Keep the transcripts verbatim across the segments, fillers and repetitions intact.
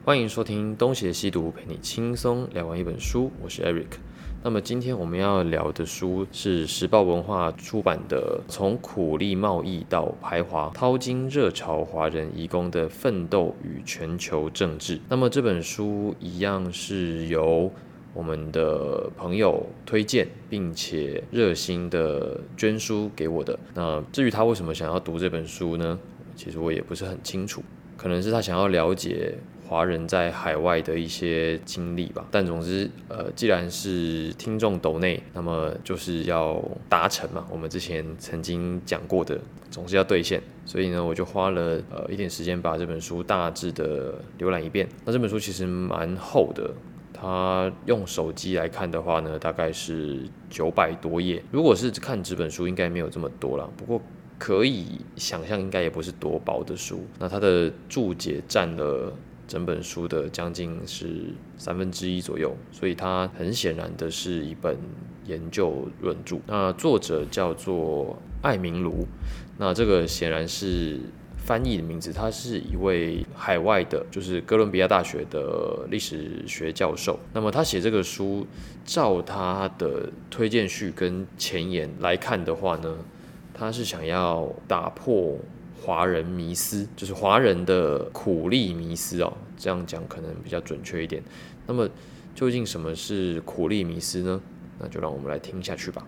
欢迎收听东邪西毒，陪你轻松聊完一本书。我是 Eric。那么今天我们要聊的书是时报文化出版的《从苦力贸易到排华：淘金热潮华人移工的奋斗与全球政治》。那么这本书一样是由我们的朋友推荐，并且热心的捐书给我的。那至于他为什么想要读这本书呢？其实我也不是很清楚，可能是他想要了解华人在海外的一些经历吧。但总之，呃，既然是听众抖内，那么就是要达成嘛。我们之前曾经讲过的，总是要兑现。所以呢，我就花了呃一点时间把这本书大致的浏览一遍。那这本书其实蛮厚的。它用手机来看的话呢，大概是九百多页。如果是看纸本书，应该没有这么多啦。不过可以想象，应该也不是多薄的书。那它的注解占了整本书的将近是三分之一左右，所以它很显然的是一本研究论著。那作者叫做艾明卢，那这个显然是翻译的名字，他是一位海外的，就是哥伦比亚大学的历史学教授。那么他写这个书，照他的推荐序跟前言来看的话呢，他是想要打破华人迷思，就是华人的苦力迷思哦，这样讲可能比较准确一点。那么究竟什么是苦力迷思呢？那就让我们来听下去吧。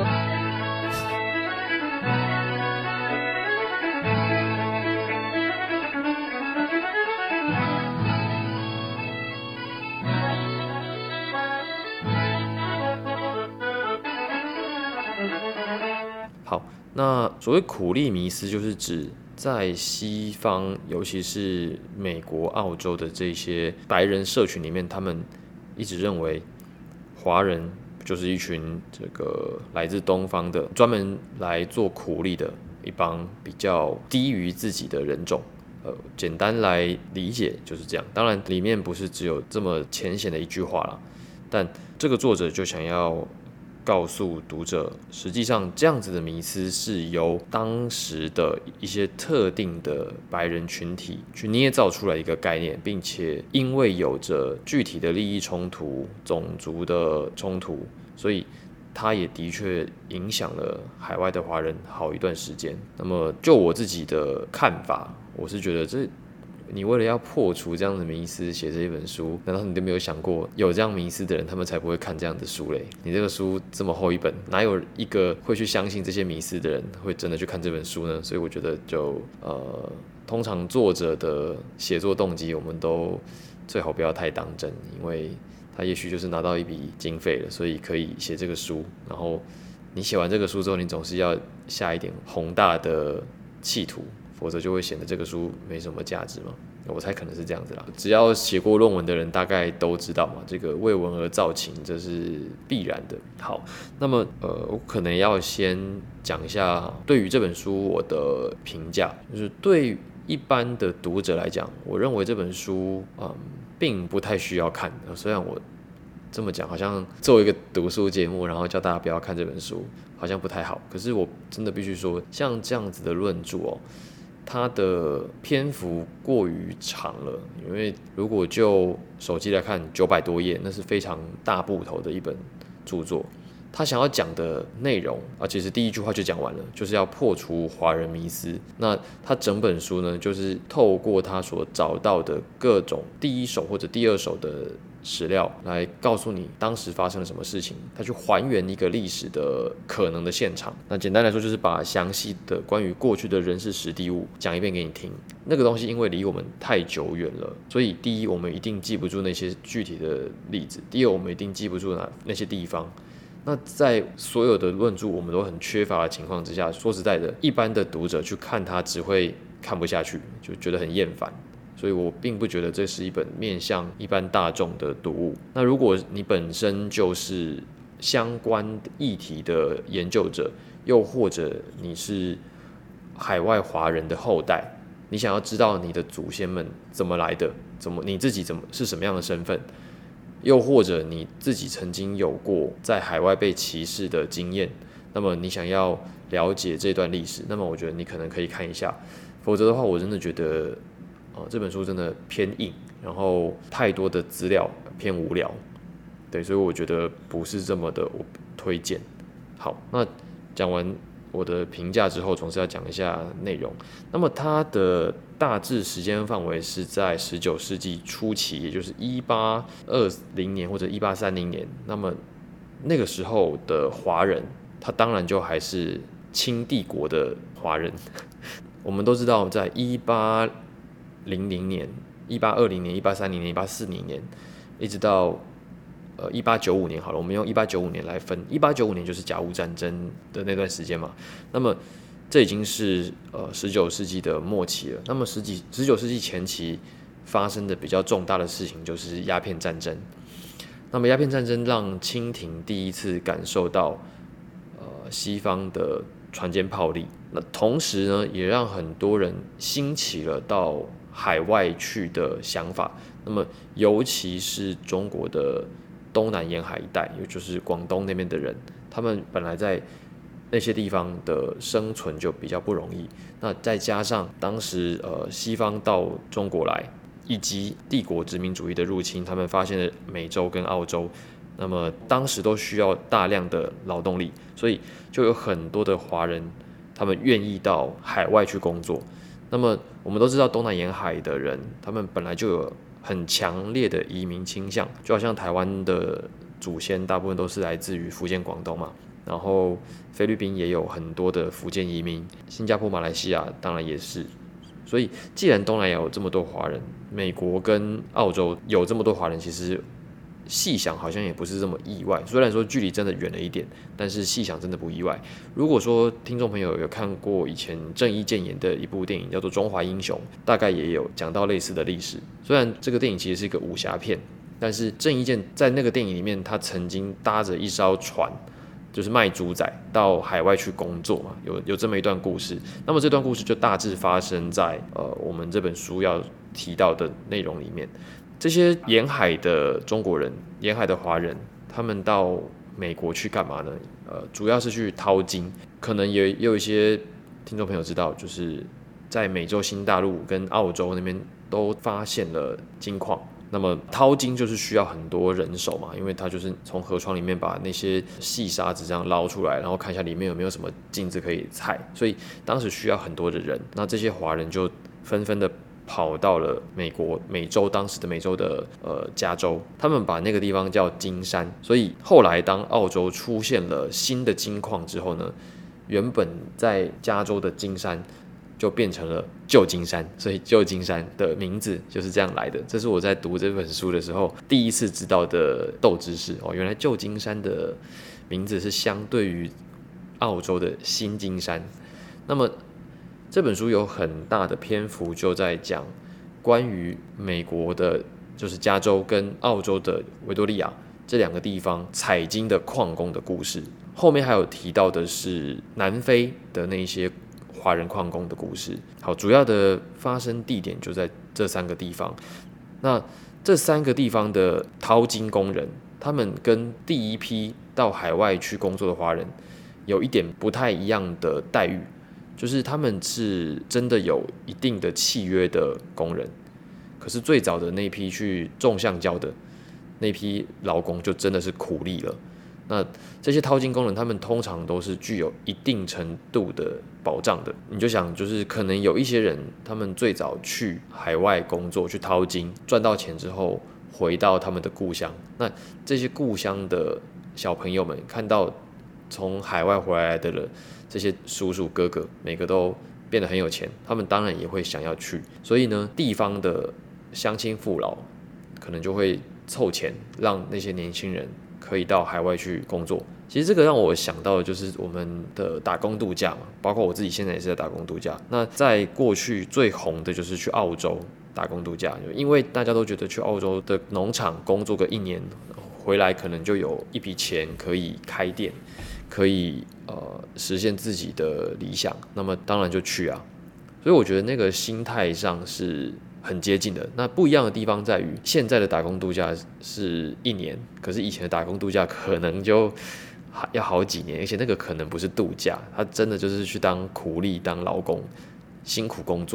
好，那所谓苦力迷思，就是指在西方，尤其是美国、澳洲的这些白人社群里面，他们一直认为华人就是一群这个来自东方的，专门来做苦力的一帮比较低于自己的人种。呃，简单来理解就是这样。当然，里面不是只有这么浅显的一句话啦，但这个作者就想要告诉读者，实际上这样子的迷思是由当时的一些特定的白人群体去捏造出来一个概念，并且因为有着具体的利益冲突、种族的冲突，所以它也的确影响了海外的华人好一段时间。那么就我自己的看法，我是觉得这你为了要破除这样的迷思写这一本书，难道你都没有想过有这样迷思的人他们才不会看这样的书嘞？你这个书这么厚一本，哪有一个会去相信这些迷思的人会真的去看这本书呢？所以我觉得就呃，通常作者的写作动机我们都最好不要太当真，因为他也许就是拿到一笔经费了，所以可以写这个书，然后你写完这个书之后，你总是要下一点宏大的企图，否则就会显得这个书没什么价值嘛。我猜可能是这样子啦。只要写过论文的人大概都知道嘛，这个为文而造情，这是必然的。好，那么呃，我可能要先讲一下对于这本书我的评价，就是对于一般的读者来讲，我认为这本书嗯并不太需要看。虽然我这么讲，好像做一个读书节目，然后叫大家不要看这本书，好像不太好。可是我真的必须说，像这样子的论著哦，它的篇幅过于长了。因为如果就手机来看，九百多页，那是非常大部头的一本著作。他想要讲的内容啊，其实第一句话就讲完了，就是要破除华人迷思。那他整本书呢，就是透过他所找到的各种第一手或者第二手的史料来告诉你当时发生了什么事情，他去还原一个历史的可能的现场。那简单来说，就是把详细的关于过去的人事时地物讲一遍给你听。那个东西因为离我们太久远了，所以第一，我们一定记不住那些具体的例子；第二，我们一定记不住那那些地方。那在所有的论著我们都很缺乏的情况之下，说实在的，一般的读者去看它只会看不下去，就觉得很厌烦。所以我并不觉得这是一本面向一般大众的读物。那如果你本身就是相关议题的研究者，又或者你是海外华人的后代，你想要知道你的祖先们怎么来的，怎么你自己怎么是什么样的身份，又或者你自己曾经有过在海外被歧视的经验，那么你想要了解这段历史，那么我觉得你可能可以看一下。否则的话，我真的觉得呃，这本书真的偏硬，然后太多的资料偏无聊，对，所以我觉得不是这么的我推荐。好，那讲完我的评价之后，总是要讲一下内容。那么它的大致时间范围是在十九世纪初期，也就是一八二零年或者一八三零年。那么那个时候的华人，他当然就还是清帝国的华人。我们都知道，在一八零零年、一八二零年、一八三零年、一八四零年，一直到呃一八九五年好了，我们用一八九五年来分，一八九五年就是甲午战争的那段时间嘛。那么这已经是呃十九世纪的末期了。那么十几十九世纪前期发生的比较重大的事情就是鸦片战争。那么鸦片战争让清廷第一次感受到呃西方的船坚炮利，那同时呢，也让很多人兴起了到海外去的想法。那么尤其是中国的东南沿海一带，也就是广东那边的人，他们本来在那些地方的生存就比较不容易。那再加上当时呃西方到中国来，以及帝国殖民主义的入侵，他们发现了美洲跟澳洲，那么当时都需要大量的劳动力，所以就有很多的华人，他们愿意到海外去工作。那么我们都知道，东南沿海的人，他们本来就有很强烈的移民倾向，就好像台湾的祖先大部分都是来自于福建、广东嘛，然后菲律宾也有很多的福建移民，新加坡、马来西亚当然也是。所以，既然东南亚有这么多华人，美国跟澳洲有这么多华人，其实细想好像也不是这么意外。虽然说距离真的远了一点，但是细想真的不意外。如果说听众朋友有看过以前郑伊健演的一部电影叫做《中华英雄》，大概也有讲到类似的历史。虽然这个电影其实是一个武侠片，但是郑伊健在那个电影里面，他曾经搭着一艘船，就是卖猪仔到海外去工作嘛，有有这么一段故事。那么这段故事就大致发生在呃我们这本书要提到的内容里面。这些沿海的中国人、沿海的华人，他们到美国去干嘛呢？呃，主要是去淘金。可能也有一些听众朋友知道，就是在美洲新大陆跟澳洲那边都发现了金矿。那么淘金就是需要很多人手嘛，因为他就是从河床里面把那些细沙子这样捞出来，然后看一下里面有没有什么金子可以采，所以当时需要很多的人。那这些华人就纷纷的跑到了美国美洲，当时的美洲的呃加州，他们把那个地方叫金山。所以后来当澳洲出现了新的金矿之后呢，原本在加州的金山就变成了旧金山，所以旧金山的名字就是这样来的。这是我在读这本书的时候第一次知道的豆知识哦，原来旧金山的名字是相对于澳洲的新金山。那么这本书有很大的篇幅就在讲关于美国的，就是加州跟澳洲的维多利亚这两个地方采金的矿工的故事。后面还有提到的是南非的那些华人矿工的故事。好，主要的发生地点就在这三个地方。那这三个地方的淘金工人，他们跟第一批到海外去工作的华人有一点不太一样的待遇，就是他们是真的有一定的契约的工人，可是最早的那批去种橡胶的那批劳工就真的是苦力了。那这些淘金工人，他们通常都是具有一定程度的保障的。你就想，就是可能有一些人，他们最早去海外工作，去淘金，赚到钱之后，回到他们的故乡。那这些故乡的小朋友们，看到从海外回来的人，这些叔叔哥哥，每个都变得很有钱，他们当然也会想要去。所以呢，地方的乡亲父老可能就会凑钱，让那些年轻人可以到海外去工作。其实这个让我想到的就是我们的打工度假嘛，包括我自己现在也是在打工度假。那在过去最红的就是去澳洲打工度假，因为大家都觉得去澳洲的农场工作个一年，回来可能就有一笔钱可以开店，可以呃实现自己的理想，那么当然就去啊。所以我觉得那个心态上是很接近的。那不一样的地方在于，现在的打工度假是一年，可是以前的打工度假可能就要好几年，而且那个可能不是度假，他真的就是去当苦力、当劳工，辛苦工作。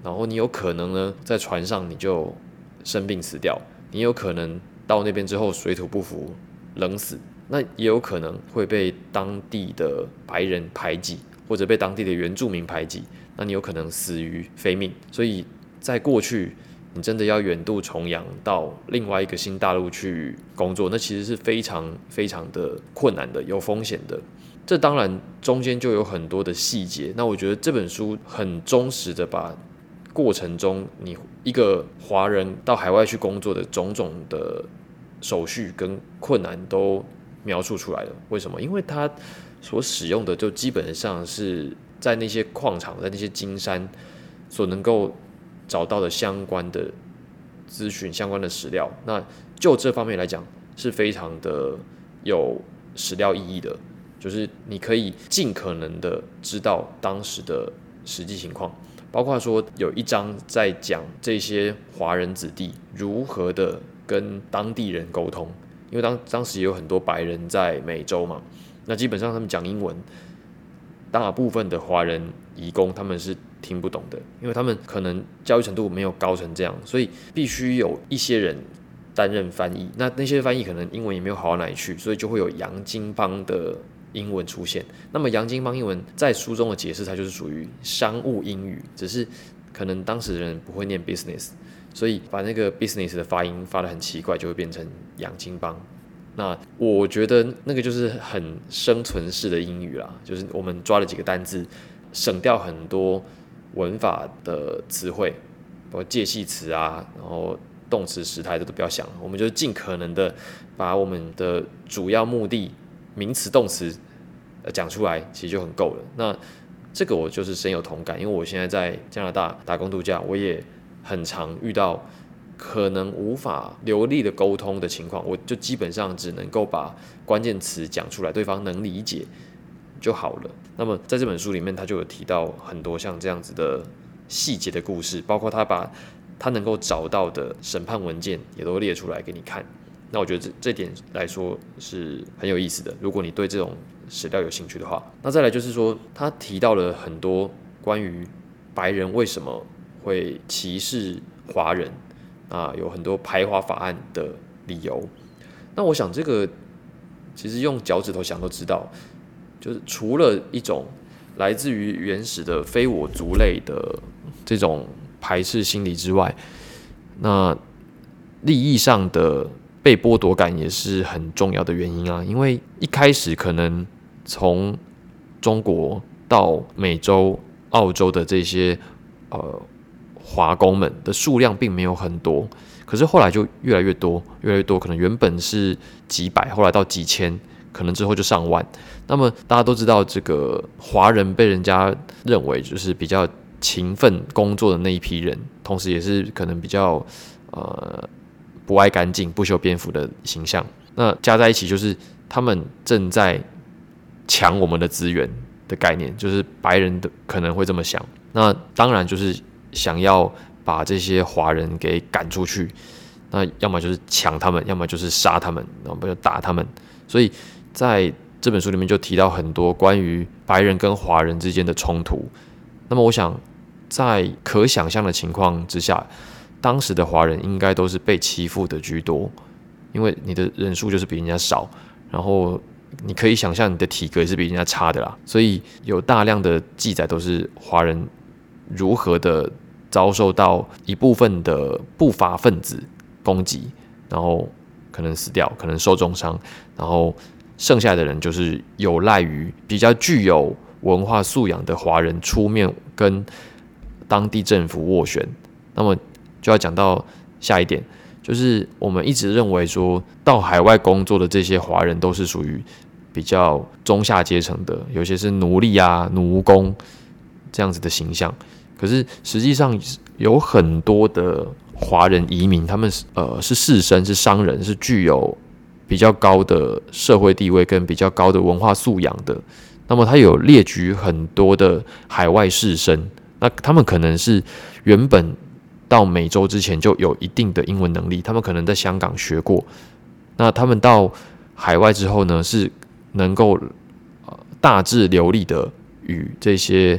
然后你有可能呢在船上你就生病死掉，你有可能到那边之后水土不服冷死，那也有可能会被当地的白人排挤，或者被当地的原住民排挤，那你有可能死于非命。所以在过去你真的要远渡重洋到另外一个新大陆去工作，那其实是非常非常的困难的，有风险的。这当然中间就有很多的细节，那我觉得这本书很忠实的把过程中你一个华人到海外去工作的种种的手续跟困难都描述出来了。为什么？因为他所使用的就基本上是在那些矿场，在那些金山所能够找到的相关的资讯、相关的史料，那就这方面来讲是非常的有史料意义的，就是你可以尽可能的知道当时的实际情况，包括说有一章在讲这些华人子弟如何的跟当地人沟通，因为当当时也有很多白人在美洲嘛，那基本上他们讲英文，大部分的华人移工他们是听不懂的，因为他们可能教育程度没有高成这样，所以必须有一些人担任翻译。那那些翻译可能英文也没有好到哪里去，所以就会有洋经邦的英文出现。那么洋经邦英文在书中的解释，它就是属于商务英语，只是可能当时的人不会念 business， 所以把那个 business 的发音发得很奇怪，就会变成洋经邦。那我觉得那个就是很生存式的英语啦，就是我们抓了几个单字，省掉很多文法的词汇，包括介系词啊，然后动词时态这都不要想，我们就尽可能的把我们的主要目的名词动词讲出来，其实就很够了。那这个我就是深有同感，因为我现在在加拿大打工度假，我也很常遇到可能无法流利的沟通的情况，我就基本上只能够把关键词讲出来，对方能理解就好了。那么在这本书里面，他就有提到很多像这样子的细节的故事，包括他把他能够找到的审判文件也都列出来给你看。那我觉得 这, 这点来说是很有意思的，如果你对这种史料有兴趣的话。那再来就是说，他提到了很多关于白人为什么会歧视华人啊，有很多排华法案的理由。那我想这个其实用脚趾头想都知道，就是除了一种来自于原始的非我族类的这种排斥心理之外，那利益上的被剥夺感也是很重要的原因啊。因为一开始可能从中国到美洲、澳洲的这些呃华工们的数量并没有很多，可是后来就越来越多，越来越多，可能原本是几百，后来到几千，可能之后就上万。那么大家都知道，这个华人被人家认为就是比较勤奋工作的那一批人，同时也是可能比较呃不爱干净、不修边幅的形象。那加在一起，就是他们正在抢我们的资源的概念，就是白人的可能会这么想。那当然就是想要把这些华人给赶出去，那要么就是抢他们，要么就是杀他们，要么就打他们。所以在这本书里面就提到很多关于白人跟华人之间的冲突。那么我想，在可想象的情况之下，当时的华人应该都是被欺负的居多，因为你的人数就是比人家少，然后你可以想象你的体格也是比人家差的啦，所以有大量的记载都是华人如何的遭受到一部分的不法分子攻击，然后可能死掉，可能受重伤，然后剩下的人就是有赖于比较具有文化素养的华人出面跟当地政府斡旋。那么就要讲到下一点，就是我们一直认为说到海外工作的这些华人都是属于比较中下阶层的，有些是奴隶啊、奴工这样子的形象。可是实际上有很多的华人移民，他们呃是士绅、是商人，是具有比较高的社会地位跟比较高的文化素养的。那么他有列举很多的海外士绅，那他们可能是原本到美洲之前就有一定的英文能力，他们可能在香港学过，那他们到海外之后呢，是能够、呃、大致流利的与这些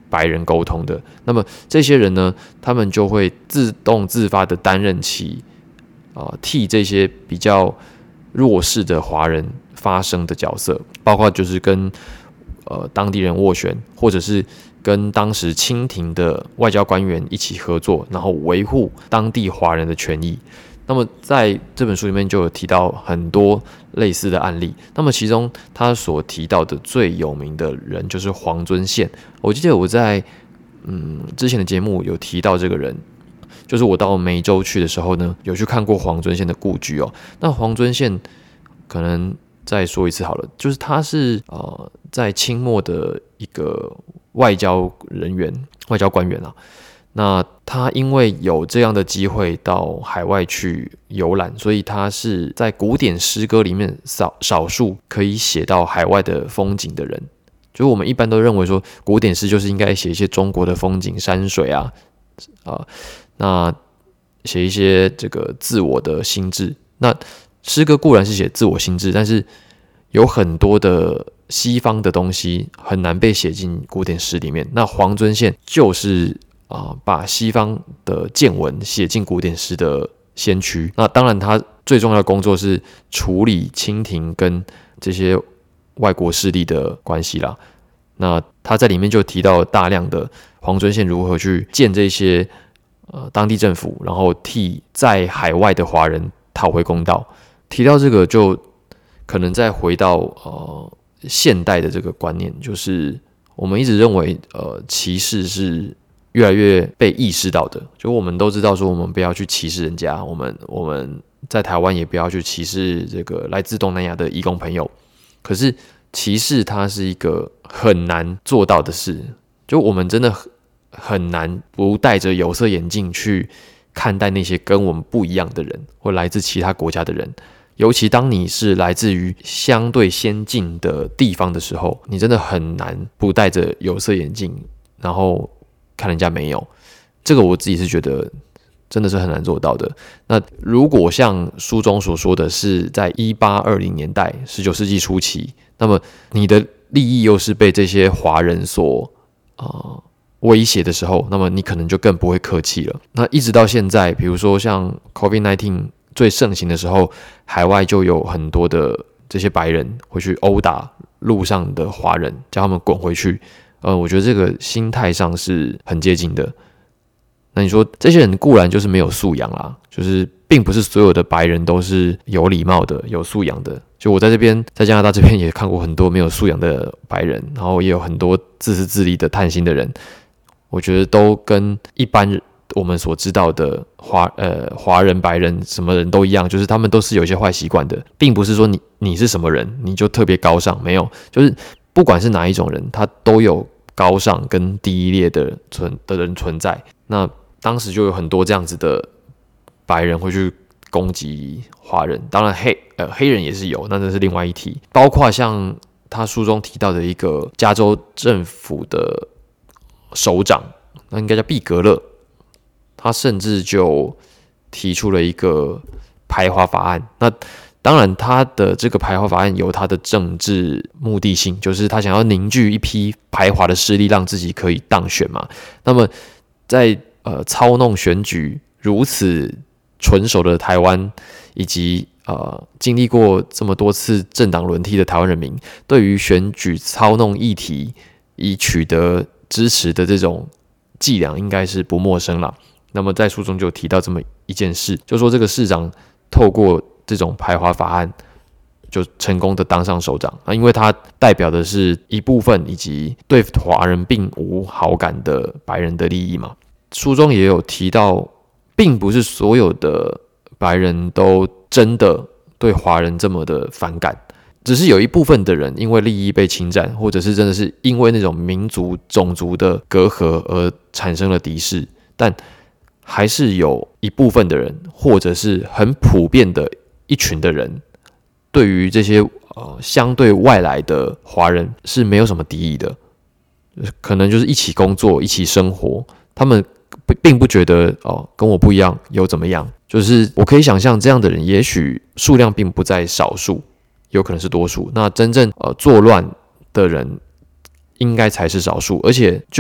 白人沟通的。那么这些人呢，他们就会自动自发的担任起啊、呃、替这些比较弱势的华人发声的角色，包括就是跟呃当地人斡旋，或者是跟当时清廷的外交官员一起合作，然后维护当地华人的权益。那么在这本书里面就有提到很多类似的案例，那么其中他所提到的最有名的人就是黄遵宪。我记得我在嗯之前的节目有提到这个人，就是我到梅州去的时候呢，有去看过黄遵宪的故居哦。那黄遵宪可能再说一次好了，就是他是呃在清末的一个外交人员、外交官员啊。那他因为有这样的机会到海外去游览，所以他是在古典诗歌里面少少数可以写到海外的风景的人。就是我们一般都认为说，古典诗就是应该写一些中国的风景、山水啊，啊、呃，那写一些这个自我的心志。那诗歌固然是写自我心志，但是有很多的西方的东西很难被写进古典诗里面。那黄遵宪就是啊、呃，把西方的见闻写进古典诗的先驱。那当然，他最重要的工作是处理清廷跟这些外国势力的关系啦。那他在里面就提到大量的黄遵宪如何去见这些呃当地政府，然后替在海外的华人讨回公道。提到这个，就可能再回到呃现代的这个观念，就是我们一直认为呃歧视是越来越被意识到的，就我们都知道说，我们不要去歧视人家，我们我们在台湾也不要去歧视这个来自东南亚的移工朋友。可是歧视它是一个很难做到的事，就我们真的很难不戴着有色眼镜去看待那些跟我们不一样的人，或来自其他国家的人。尤其当你是来自于相对先进的地方的时候，你真的很难不戴着有色眼镜，然后看人家没有。这个我自己是觉得真的是很难做到的。那如果像书中所说的是在一八二零年代十九世纪初期，那么你的利益又是被这些华人所、呃、威胁的时候，那么你可能就更不会客气了。那一直到现在，比如说像 COVID 十九 最盛行的时候，海外就有很多的这些白人会去殴打路上的华人，叫他们滚回去。呃，我觉得这个心态上是很接近的。那你说这些人固然就是没有素养啦，就是并不是所有的白人都是有礼貌的、有素养的。就我在这边，在加拿大这边也看过很多没有素养的白人，然后也有很多自私自利的贪心的人。我觉得都跟一般我们所知道的华呃华人、白人什么人都一样，就是他们都是有一些坏习惯的，并不是说你你是什么人你就特别高尚，没有，就是不管是哪一种人，他都有高尚跟低劣的存的人存在。那当时就有很多这样子的白人会去攻击华人，当然黑呃黑人也是有，那这是另外一题。包括像他书中提到的一个加州政府的首长，那应该叫毕格勒，他甚至就提出了一个排华法案。那当然，他的这个排华法案有他的政治目的性，就是他想要凝聚一批排华的势力，让自己可以当选嘛。那么在呃操弄选举如此纯熟的台湾，以及呃经历过这么多次政党轮替的台湾人民，对于选举操弄议题以取得支持的这种伎俩，应该是不陌生啦。那么在书中就提到这么一件事，就说这个市长透过这种排华法案，就成功的当上首长啊，因为他代表的是一部分以及对华人并无好感的白人的利益嘛。书中也有提到，并不是所有的白人都真的对华人这么的反感，只是有一部分的人因为利益被侵占，或者是真的是因为那种民族种族的隔阂而产生了敌视，但还是有一部分的人，或者是很普遍的一群的人，对于这些呃相对外来的华人是没有什么敌意的，可能就是一起工作、一起生活，他们并不觉得哦跟我不一样有怎么样。就是我可以想象这样的人，也许数量并不在少数，有可能是多数。那真正呃作乱的人应该才是少数，而且就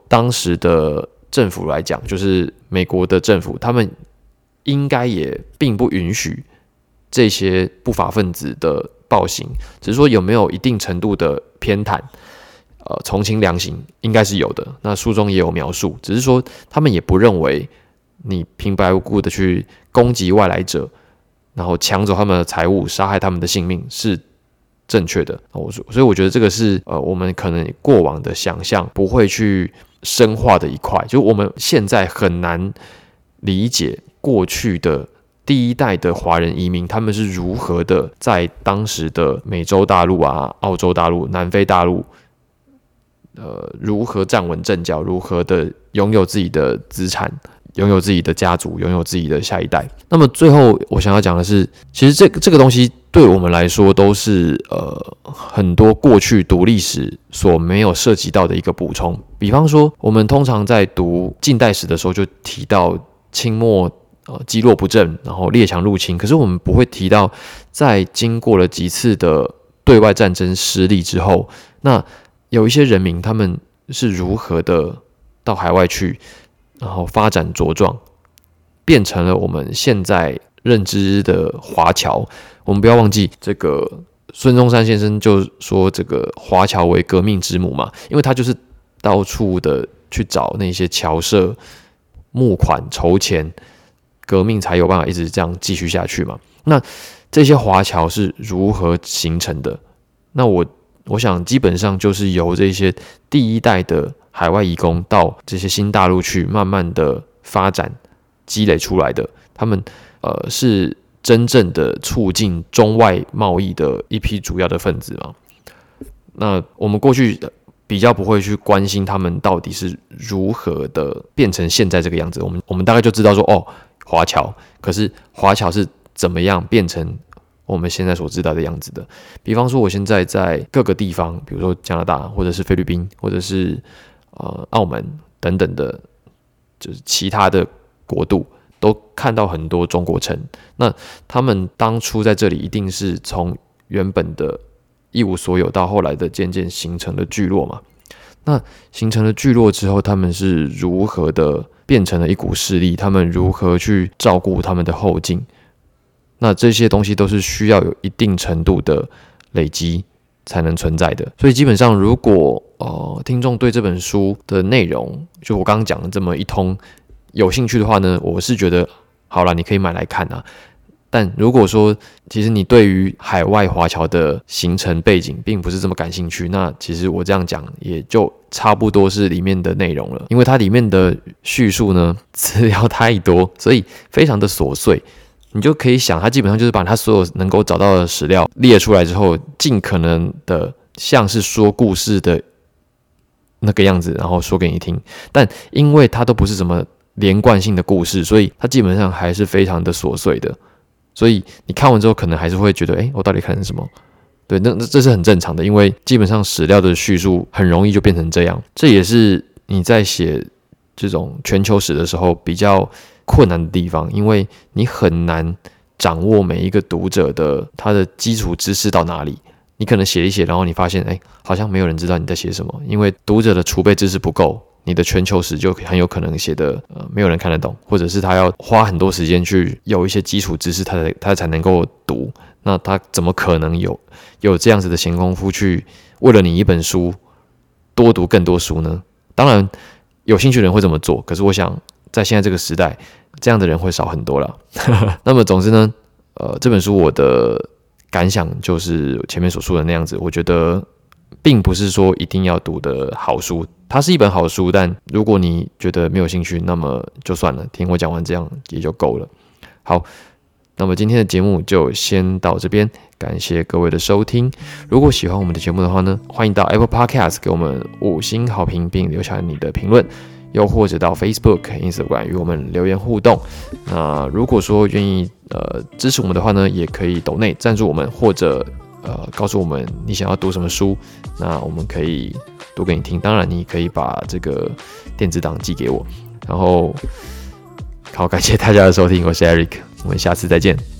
当时的政府来讲，就是美国的政府，他们应该也并不允许这些不法分子的暴行，只是说有没有一定程度的偏袒，呃，从轻量刑应该是有的。那书中也有描述，只是说他们也不认为你平白无故的去攻击外来者，然后抢走他们的财物，杀害他们的性命是正确的。所以我觉得这个是呃我们可能过往的想象不会去深化的一块，就我们现在很难理解过去的第一代的华人移民，他们是如何的在当时的美洲大陆啊、澳洲大陆、南非大陆，呃，如何站稳阵脚，如何的拥有自己的资产，拥有自己的家族，拥有自己的下一代。那么最后我想要讲的是，其实这个这个东西对我们来说都是呃很多过去读历史所没有涉及到的一个补充。比方说，我们通常在读近代史的时候就提到清末呃积弱不振，然后列强入侵，可是我们不会提到，在经过了几次的对外战争失利之后，那有一些人民他们是如何的到海外去，然后发展茁壮，变成了我们现在认知的华侨。我们不要忘记，这个孙中山先生就说这个华侨为革命之母嘛，因为他就是到处的去找那些侨社募款筹钱，革命才有办法一直这样继续下去嘛。那这些华侨是如何形成的？那我我想基本上就是由这些第一代的海外移工到这些新大陆去慢慢的发展积累出来的，他们呃是真正的促进中外贸易的一批主要的分子嘛。那我们过去比较不会去关心他们到底是如何的变成现在这个样子，我们我们大概就知道说哦，华侨，可是华侨是怎么样变成我们现在所知道的样子的。比方说我现在在各个地方，比如说加拿大或者是菲律宾或者是呃澳门等等的，就是其他的国度，都看到很多中国城。那他们当初在这里一定是从原本的一无所有到后来的渐渐形成的聚落嘛。那形成了聚落之后，他们是如何的变成了一股势力，他们如何去照顾他们的后进，那这些东西都是需要有一定程度的累积才能存在的。所以基本上如果呃听众对这本书的内容，就我刚刚讲的这么一通有兴趣的话呢，我是觉得好啦，你可以买来看啊。但如果说其实你对于海外华侨的形成背景并不是这么感兴趣，那其实我这样讲也就差不多是里面的内容了，因为它里面的叙述呢资料太多，所以非常的琐碎。你就可以想，它基本上就是把它所有能够找到的史料列出来之后，尽可能的像是说故事的那个样子，然后说给你听。但因为它都不是什么连贯性的故事，所以它基本上还是非常的琐碎的。所以你看完之后，可能还是会觉得，哎，我到底看的是什么？对，那这是很正常的，因为基本上史料的叙述很容易就变成这样。这也是你在写这种全球史的时候比较困难的地方，因为你很难掌握每一个读者的他的基础知识到哪里。你可能写一写，然后你发现，哎，好像没有人知道你在写什么，因为读者的储备知识不够。你的全球史就很有可能写的呃没有人看得懂，或者是他要花很多时间去有一些基础知识，他才他才能够读。那他怎么可能有有这样子的闲工夫去为了你一本书多读更多书呢？当然有兴趣的人会这么做，可是我想在现在这个时代，这样的人会少很多了。那么总之呢，呃，这本书我的感想就是前面所说的那样子，我觉得并不是说一定要读的好书。它是一本好书，但如果你觉得没有兴趣，那么就算了，听我讲完这样也就够了。好，那么今天的节目就先到这边，感谢各位的收听。如果喜欢我们的节目的话呢，欢迎到 Apple Podcast 给我们五星好评，并留下你的评论，又或者到 Facebook、Instagram 与我们留言互动。那如果说愿意呃支持我们的话呢，也可以抖内赞助我们，或者呃告诉我们你想要读什么书，那我们可以读给你听。当然你可以把这个电子档寄给我。然后好，感谢大家的收听，我是 Eric， 我们下次再见。